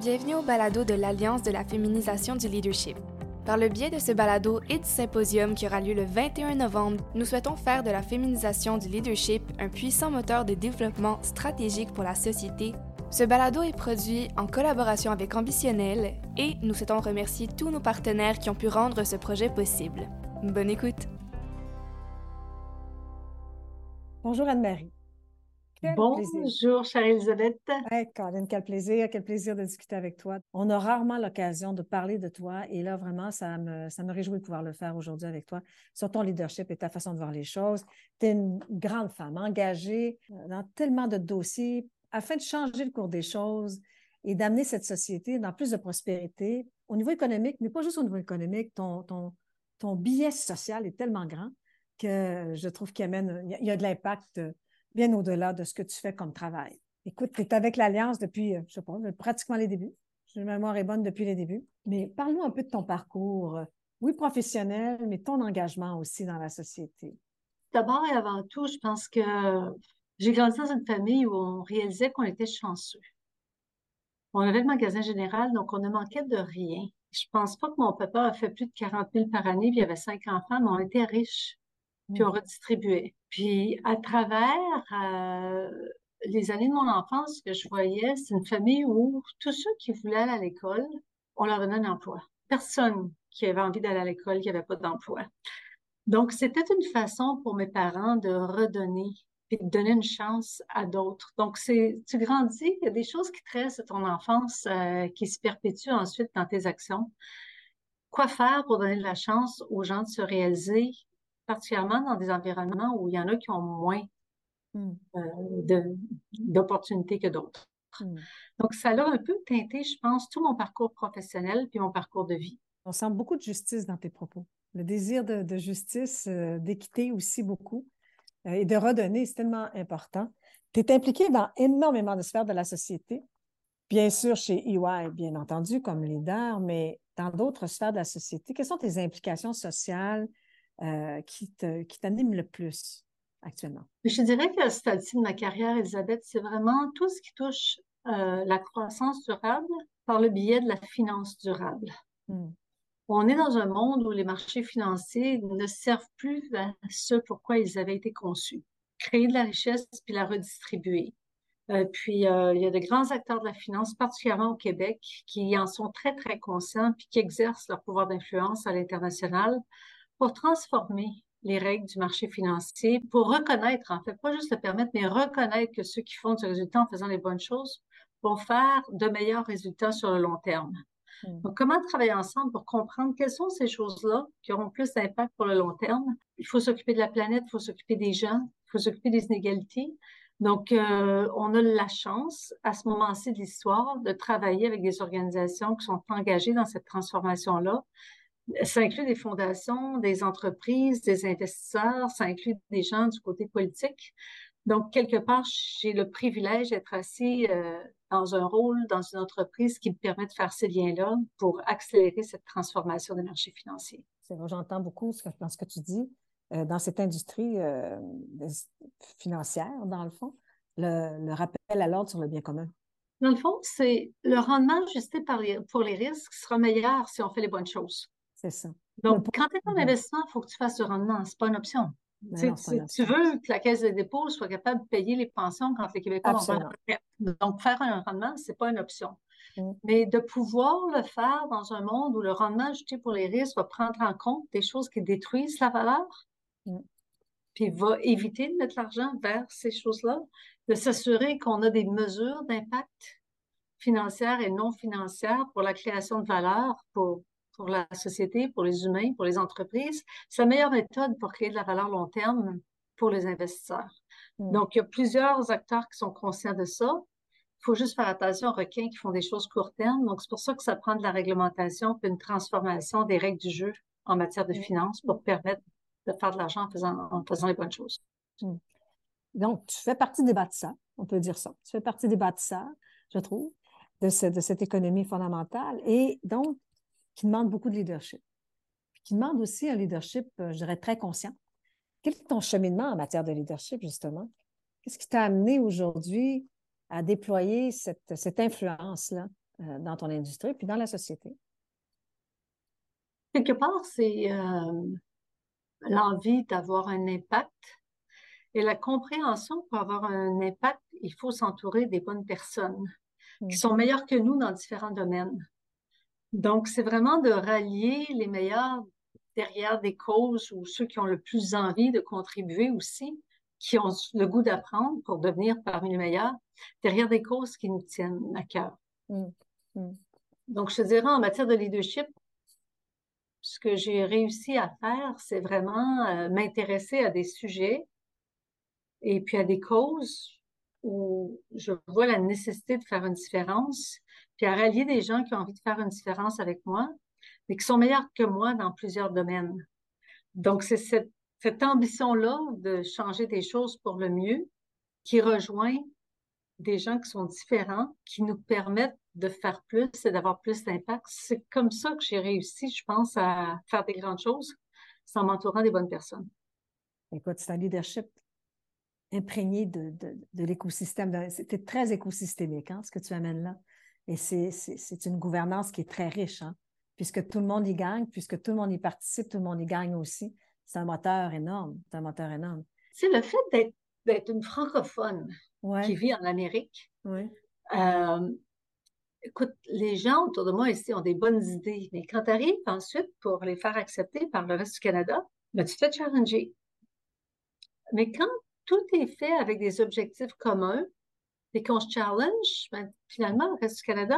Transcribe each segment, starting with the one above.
Bienvenue au balado de l'Alliance de la féminisation du leadership. Par le biais de ce balado et du symposium qui aura lieu le 21 novembre, nous souhaitons faire de la féminisation du leadership un puissant moteur de développement stratégique pour la société. Ce balado est produit en collaboration avec Ambitionnel et nous souhaitons remercier tous nos partenaires qui ont pu rendre ce projet possible. Bonne écoute! Bonjour Anne-Marie. Quel plaisir. Bonjour, chère Elisabeth. Hey, Colin, quel plaisir de discuter avec toi. On a rarement l'occasion de parler de toi et là, vraiment, ça me réjouit de pouvoir le faire aujourd'hui avec toi sur ton leadership et ta façon de voir les choses. Tu es une grande femme engagée dans tellement de dossiers afin de changer le cours des choses et d'amener cette société dans plus de prospérité au niveau économique, mais pas juste au niveau économique. Ton billet social est tellement grand que je trouve qu'il y a de l'impact bien au-delà de ce que tu fais comme travail. Écoute, tu es avec l'Alliance depuis, je ne sais pas, pratiquement les débuts. Ma mémoire est bonne depuis les débuts. Mais parle-nous un peu de ton parcours, oui, professionnel, mais ton engagement aussi dans la société. D'abord et avant tout, je pense que j'ai grandi dans une famille où on réalisait qu'on était chanceux. On avait le magasin général, donc on ne manquait de rien. Je pense pas que mon papa a fait plus de 40 000 par année, puis il y avait 5 enfants, mais on était riches, puis on redistribuait. Puis à travers les années de mon enfance, ce que je voyais, c'est une famille où tous ceux qui voulaient aller à l'école, on leur donnait un emploi. Personne qui avait envie d'aller à l'école qui n'avait pas d'emploi. Donc, c'était une façon pour mes parents de redonner et de donner une chance à d'autres. Donc, tu grandis, il y a des choses qui te restent de ton enfance qui se perpétuent ensuite dans tes actions. Quoi faire pour donner de la chance aux gens de se réaliser, particulièrement dans des environnements où il y en a qui ont moins d'opportunités que d'autres. Donc, ça a un peu teinté, je pense, tout mon parcours professionnel puis mon parcours de vie. On sent beaucoup de justice dans tes propos. Le désir de justice, d'équité aussi beaucoup, et de redonner, c'est tellement important. Tu es impliqué dans énormément de sphères de la société, bien sûr chez EY, bien entendu, comme leader, mais dans d'autres sphères de la société. Quelles sont tes implications sociales qui t'animent le plus actuellement? Je dirais qu'à ce stade-ci de ma carrière, Elisabeth, c'est vraiment tout ce qui touche la croissance durable par le biais de la finance durable. On est dans un monde où les marchés financiers ne servent plus à ce pourquoi ils avaient été conçus. Créer de la richesse puis la redistribuer. Il y a de grands acteurs de la finance, particulièrement au Québec, qui en sont très, très conscients puis qui exercent leur pouvoir d'influence à l'international pour transformer les règles du marché financier, pour reconnaître, en fait, pas juste le permettre, mais reconnaître que ceux qui font du résultat en faisant les bonnes choses vont faire de meilleurs résultats sur le long terme. Donc, comment travailler ensemble pour comprendre quelles sont ces choses-là qui auront plus d'impact pour le long terme? Il faut s'occuper de la planète, il faut s'occuper des gens, il faut s'occuper des inégalités. Donc, on a la chance, à ce moment-ci de l'histoire, de travailler avec des organisations qui sont engagées dans cette transformation-là. Ça inclut des fondations, des entreprises, des investisseurs, ça inclut des gens du côté politique. Donc, quelque part, j'ai le privilège d'être assis dans un rôle, dans une entreprise qui me permet de faire ces liens-là pour accélérer cette transformation des marchés financiers. C'est vrai, j'entends beaucoup dans ce que tu dis. Dans cette industrie financière, dans le fond, le rappel à l'ordre sur le bien commun. Dans le fond, c'est le rendement ajusté pour les risques sera meilleur si on fait les bonnes choses. C'est ça. Donc, quand tu es en investissement, il faut que tu fasses du rendement. C'est pas une option. Non, Tu veux que la Caisse de dépôt soit capable de payer les pensions quand les Québécois vont faire la retraite. Donc, faire un rendement, c'est pas une option. Mais de pouvoir le faire dans un monde où le rendement ajusté pour les risques va prendre en compte des choses qui détruisent la valeur, puis va éviter de mettre l'argent vers ces choses-là, de s'assurer qu'on a des mesures d'impact financières et non financières pour la création de valeur, pour la société, pour les humains, pour les entreprises, c'est la meilleure méthode pour créer de la valeur long terme pour les investisseurs. Donc, il y a plusieurs acteurs qui sont conscients de ça. Il faut juste faire attention aux requins qui font des choses court terme. Donc, c'est pour ça que ça prend de la réglementation puis une transformation des règles du jeu en matière de finances pour permettre de faire de l'argent en faisant les bonnes choses. Donc, tu fais partie des bâtisseurs, on peut dire ça. Tu fais partie des bâtisseurs, je trouve, de cette économie fondamentale et donc qui demande beaucoup de leadership. Qui demande aussi un leadership, je dirais, très conscient. Quel est ton cheminement en matière de leadership, justement? Qu'est-ce qui t'a amené aujourd'hui à déployer cette influence-là dans ton industrie puis dans la société? Quelque part, c'est l'envie d'avoir un impact et la compréhension pour avoir un impact, il faut s'entourer des bonnes personnes qui sont meilleures que nous dans différents domaines. Donc, c'est vraiment de rallier les meilleurs derrière des causes ou ceux qui ont le plus envie de contribuer aussi, qui ont le goût d'apprendre pour devenir parmi les meilleurs, derrière des causes qui nous tiennent à cœur. Donc, je te dirais, en matière de leadership, ce que j'ai réussi à faire, c'est vraiment m'intéresser à des sujets et puis à des causes où je vois la nécessité de faire une différence, puis à rallier des gens qui ont envie de faire une différence avec moi, mais qui sont meilleurs que moi dans plusieurs domaines. Donc, c'est cette ambition-là de changer des choses pour le mieux qui rejoint des gens qui sont différents, qui nous permettent de faire plus et d'avoir plus d'impact. C'est comme ça que j'ai réussi, je pense, à faire des grandes choses, c'est en m'entourant des bonnes personnes. Écoute, c'est un leadership imprégné de l'écosystème. C'est très écosystémique, hein, ce que tu amènes là. Et c'est une gouvernance qui est très riche, hein, puisque tout le monde y gagne, puisque tout le monde y participe, tout le monde y gagne aussi. C'est un moteur énorme. C'est un moteur énorme. C'est le fait d'être une francophone qui vit en Amérique. Écoute, les gens autour de moi ici ont des bonnes idées, mais quand tu arrives ensuite pour les faire accepter par le reste du Canada, ben, tu te fais challenger. Mais quand tout est fait avec des objectifs communs et qu'on se challenge, ben, finalement, le reste du Canada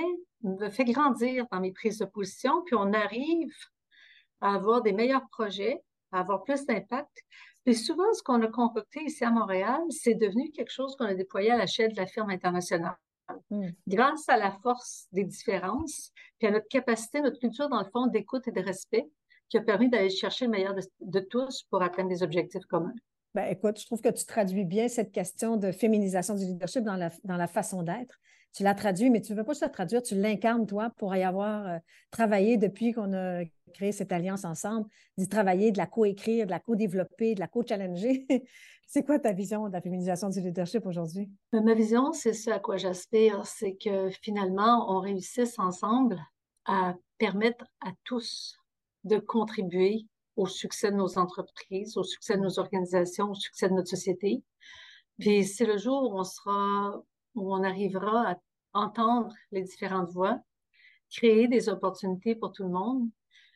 me fait grandir dans mes prises de position, puis on arrive à avoir des meilleurs projets, à avoir plus d'impact. Puis souvent, ce qu'on a concocté ici à Montréal, c'est devenu quelque chose qu'on a déployé à l'échelle de la firme internationale. Grâce à la force des différences, puis à notre capacité, notre culture, dans le fond, d'écoute et de respect, qui a permis d'aller chercher le meilleur de tous pour atteindre des objectifs communs. Ben, écoute, je trouve que tu traduis bien cette question de féminisation du leadership dans la façon d'être. Tu la traduis, mais tu ne veux pas juste la traduire, tu l'incarnes, toi, pour y avoir travaillé depuis qu'on a créé cette alliance ensemble, d'y travailler, de la co-écrire, de la co-développer, de la co-challenger. C'est quoi ta vision de la féminisation du leadership aujourd'hui? Ma vision, c'est ce à quoi j'aspire, c'est que finalement, on réussisse ensemble à permettre à tous de contribuer au succès de nos entreprises, au succès de nos organisations, au succès de notre société. Puis c'est le jour où on arrivera à entendre les différentes voix, créer des opportunités pour tout le monde,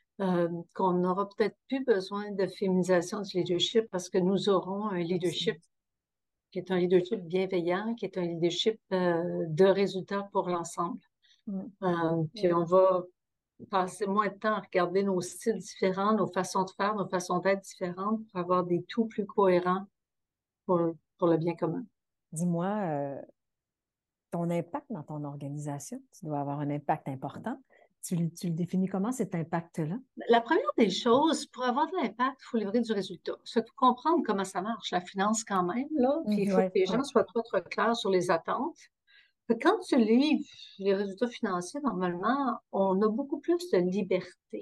qu'on n'aura peut-être plus besoin de féminisation du leadership parce que nous aurons un leadership qui est un leadership bienveillant, qui est un leadership de résultats pour l'ensemble. Puis on va passer moins de temps à regarder nos styles différents, nos façons de faire, nos façons d'être différentes pour avoir des tout plus cohérents pour le bien commun. Dis-moi, ton impact dans ton organisation, tu dois avoir un impact important. Tu le définis comment, cet impact-là? La première des choses, pour avoir de l'impact, il faut livrer du résultat. Il faut comprendre comment ça marche, la finance quand même, là. Puis il faut que les gens soient trop clairs sur les attentes. Quand tu livres les résultats financiers, normalement, on a beaucoup plus de liberté.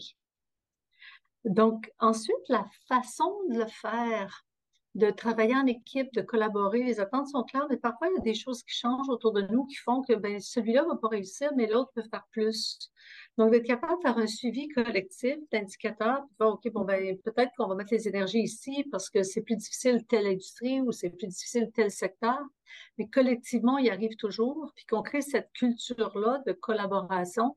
Donc, ensuite, la façon de le faire, de travailler en équipe, de collaborer, les attentes sont claires, mais parfois, il y a des choses qui changent autour de nous qui font que ben, celui-là ne va pas réussir, mais l'autre peut faire plus. Donc, d'être capable de faire un suivi collectif d'indicateurs, puis voir, OK, bon, ben, peut-être qu'on va mettre les énergies ici parce que c'est plus difficile telle industrie ou c'est plus difficile tel secteur, mais collectivement, il arrive toujours, puis qu'on crée cette culture-là de collaboration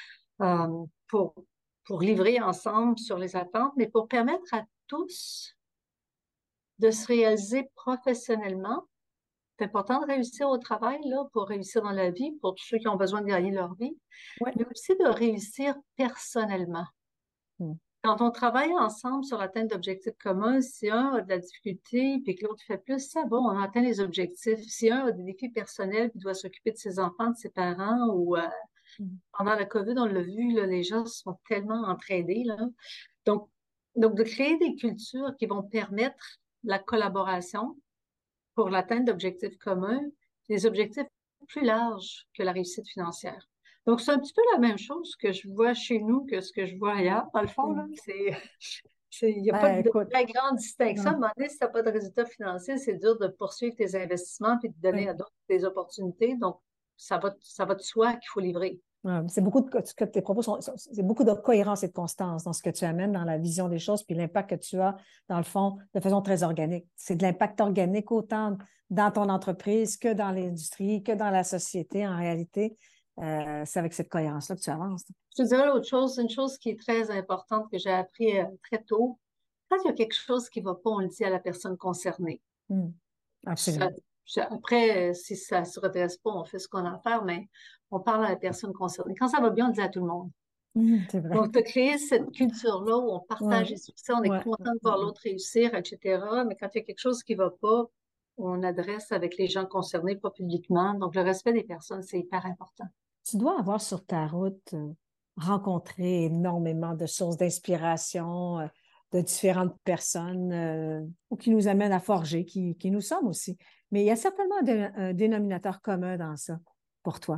pour livrer ensemble sur les attentes, mais pour permettre à tous de se réaliser professionnellement. C'est important de réussir au travail, là, pour réussir dans la vie, pour tous ceux qui ont besoin de gagner leur vie, mais aussi de réussir personnellement. Quand on travaille ensemble sur l'atteinte d'objectifs communs, si un a de la difficulté puis que l'autre fait plus, ça va, on atteint les objectifs. Si un a des défis personnels puis doit s'occuper de ses enfants, de ses parents ou pendant la COVID, on l'a vu, là, les gens sont tellement entraînés, là. Donc, de créer des cultures qui vont permettre la collaboration pour l'atteinte d'objectifs communs, des objectifs plus larges que la réussite financière. Donc, c'est un petit peu la même chose que je vois chez nous que ce que je vois ailleurs. Dans le fond, là, il n'y a pas de très grande distinction. À un moment donné, si tu n'as pas de résultats financiers, c'est dur de poursuivre tes investissements et de donner à d'autres des opportunités. Donc, ça va de soi qu'il faut livrer. C'est beaucoup de tes propos c'est beaucoup de cohérence et de constance dans ce que tu amènes, dans la vision des choses, puis l'impact que tu as, dans le fond, de façon très organique. C'est de l'impact organique autant dans ton entreprise que dans l'industrie, que dans la société, en réalité. C'est avec cette cohérence-là que tu avances. Je te dirais l'autre chose, une chose qui est très importante que j'ai appris très tôt. Quand il y a quelque chose qui ne va pas, on le dit à la personne concernée. Absolument. Après, si ça ne se redresse pas, on fait ce qu'on a à faire, mais on parle à la personne concernée. Quand ça va bien, on le dit à tout le monde. C'est vrai. Donc, de créer cette culture-là où on partage les succès, on est content de voir l'autre réussir, etc. Mais quand il y a quelque chose qui ne va pas, on adresse avec les gens concernés, pas publiquement. Donc, le respect des personnes, c'est hyper important. Tu dois avoir sur ta route rencontré énormément de sources d'inspiration, de différentes personnes qui nous amènent à forger, qui nous sommes aussi. Mais il y a certainement un dénominateur commun dans ça pour toi.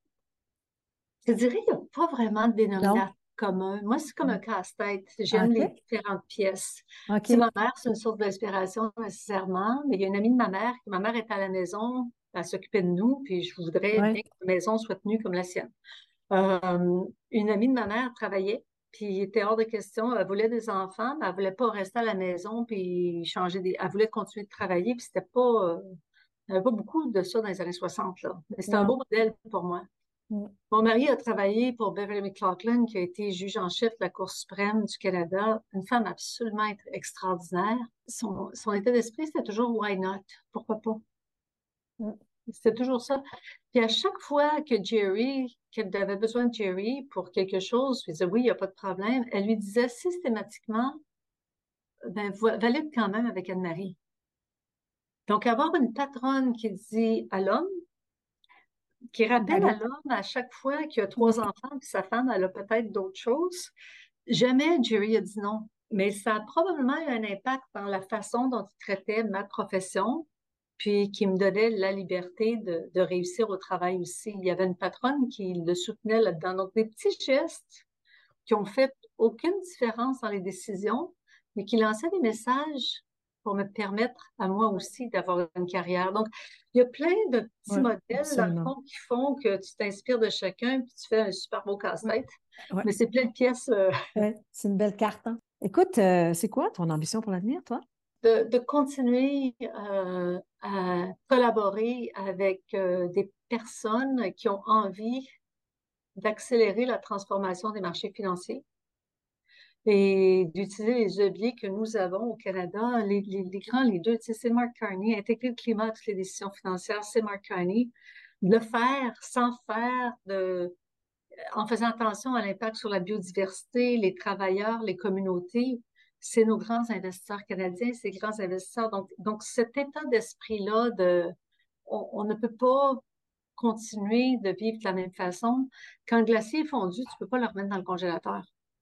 Je dirais qu'il n'y a pas vraiment de dénominateur commun. Moi, c'est comme un casse-tête. J'aime les différentes pièces. Okay. Ma mère, c'est une source d'inspiration nécessairement, mais il y a une amie de ma mère est à la maison, elle s'occupait de nous, puis je voudrais bien que la maison soit tenue comme la sienne. Une amie de ma mère travaillait, puis il était hors de question. Elle voulait des enfants, mais elle ne voulait pas rester à la maison, puis elle voulait continuer de travailler, puis c'était pas... il n'y avait pas beaucoup de ça dans les années 60, là. Mais c'était un beau modèle pour moi. Mon mari a travaillé pour Beverly McLaughlin, qui a été juge en chef de la Cour suprême du Canada. Une femme absolument extraordinaire. Son état d'esprit, c'était toujours « why not ?» Pourquoi pas? C'était toujours ça. Puis à chaque fois qu'elle avait besoin de Jerry pour quelque chose, je disais oui, il n'y a pas de problème. Elle lui disait systématiquement, valide quand même avec Anne-Marie. Donc, avoir une patronne qui dit à l'homme, qui rappelle à l'homme à chaque fois qu'il a 3 enfants, puis sa femme, elle a peut-être d'autres choses. Jamais Jerry a dit non. Mais ça a probablement eu un impact dans la façon dont il traitait ma profession, puis qui me donnait la liberté de réussir au travail aussi. Il y avait une patronne qui le soutenait là-dedans. Donc, des petits gestes qui ont fait aucune différence dans les décisions, mais qui lançaient des messages pour me permettre à moi aussi d'avoir une carrière. Donc, il y a plein de petits modèles, dans le fond, qui font que tu t'inspires de chacun puis tu fais un super beau casse-tête. Mais c'est plein de pièces. C'est une belle carte. Hein? Écoute, c'est quoi ton ambition pour l'avenir, toi? De continuer à collaborer avec des personnes qui ont envie d'accélérer la transformation des marchés financiers et d'utiliser les leviers que nous avons au Canada, les grands leaders, tu sais, c'est Mark Carney, intégrer le climat à toutes les décisions financières, c'est Mark Carney, de le faire sans faire en faisant attention à l'impact sur la biodiversité, les travailleurs, les communautés. C'est nos grands investisseurs canadiens, ces grands investisseurs. Donc cet état d'esprit-là on ne peut pas continuer de vivre de la même façon. Quand le glacier est fondu, tu ne peux pas le remettre dans le congélateur.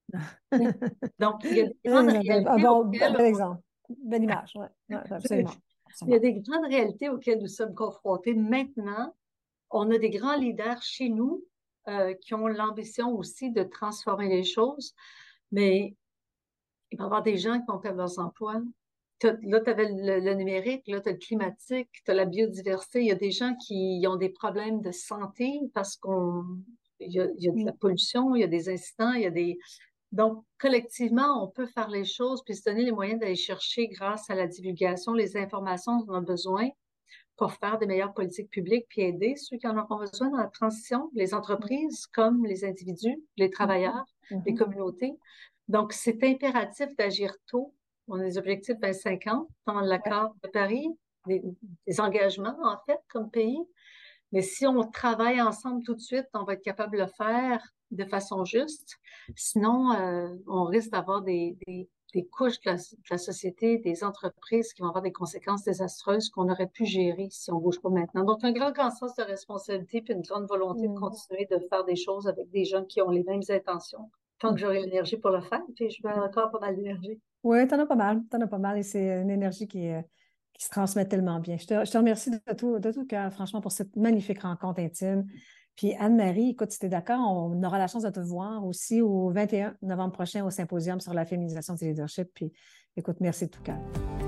Donc, il y a des grandes réalités bel exemple. Belle image, oui. Absolument. Il y a des grandes réalités auxquelles nous sommes confrontés. Maintenant, on a des grands leaders chez nous qui ont l'ambition aussi de transformer les choses, mais il va y avoir des gens qui vont perdre leurs emplois. Là, tu avais le numérique, là, tu as le climatique, tu as la biodiversité. Il y a des gens qui ont des problèmes de santé parce qu'il y a de la pollution, il y a des incidents, il y a des... Donc, collectivement, on peut faire les choses puis se donner les moyens d'aller chercher, grâce à la divulgation, les informations dont on a besoin pour faire des meilleures politiques publiques puis aider ceux qui en auront besoin dans la transition, les entreprises comme les individus, les travailleurs, les communautés. Donc, c'est impératif d'agir tôt. On a des objectifs 2050 dans l'accord de Paris, des engagements, en fait, comme pays. Mais si on travaille ensemble tout de suite, on va être capable de le faire de façon juste. Sinon, on risque d'avoir des couches de la société, des entreprises qui vont avoir des conséquences désastreuses qu'on aurait pu gérer si on ne bouge pas maintenant. Donc, un grand sens de responsabilité puis une grande volonté de continuer de faire des choses avec des gens qui ont les mêmes intentions. Tant que j'aurai l'énergie pour le faire, puis je vais encore pas mal d'énergie. Oui, t'en as pas mal et c'est une énergie qui se transmet tellement bien. Je te remercie de tout cœur, franchement, pour cette magnifique rencontre intime. Puis Anne-Marie, écoute, si tu es d'accord, on aura la chance de te voir aussi au 21 novembre prochain au symposium sur la féminisation du leadership. Puis écoute, merci de tout cœur.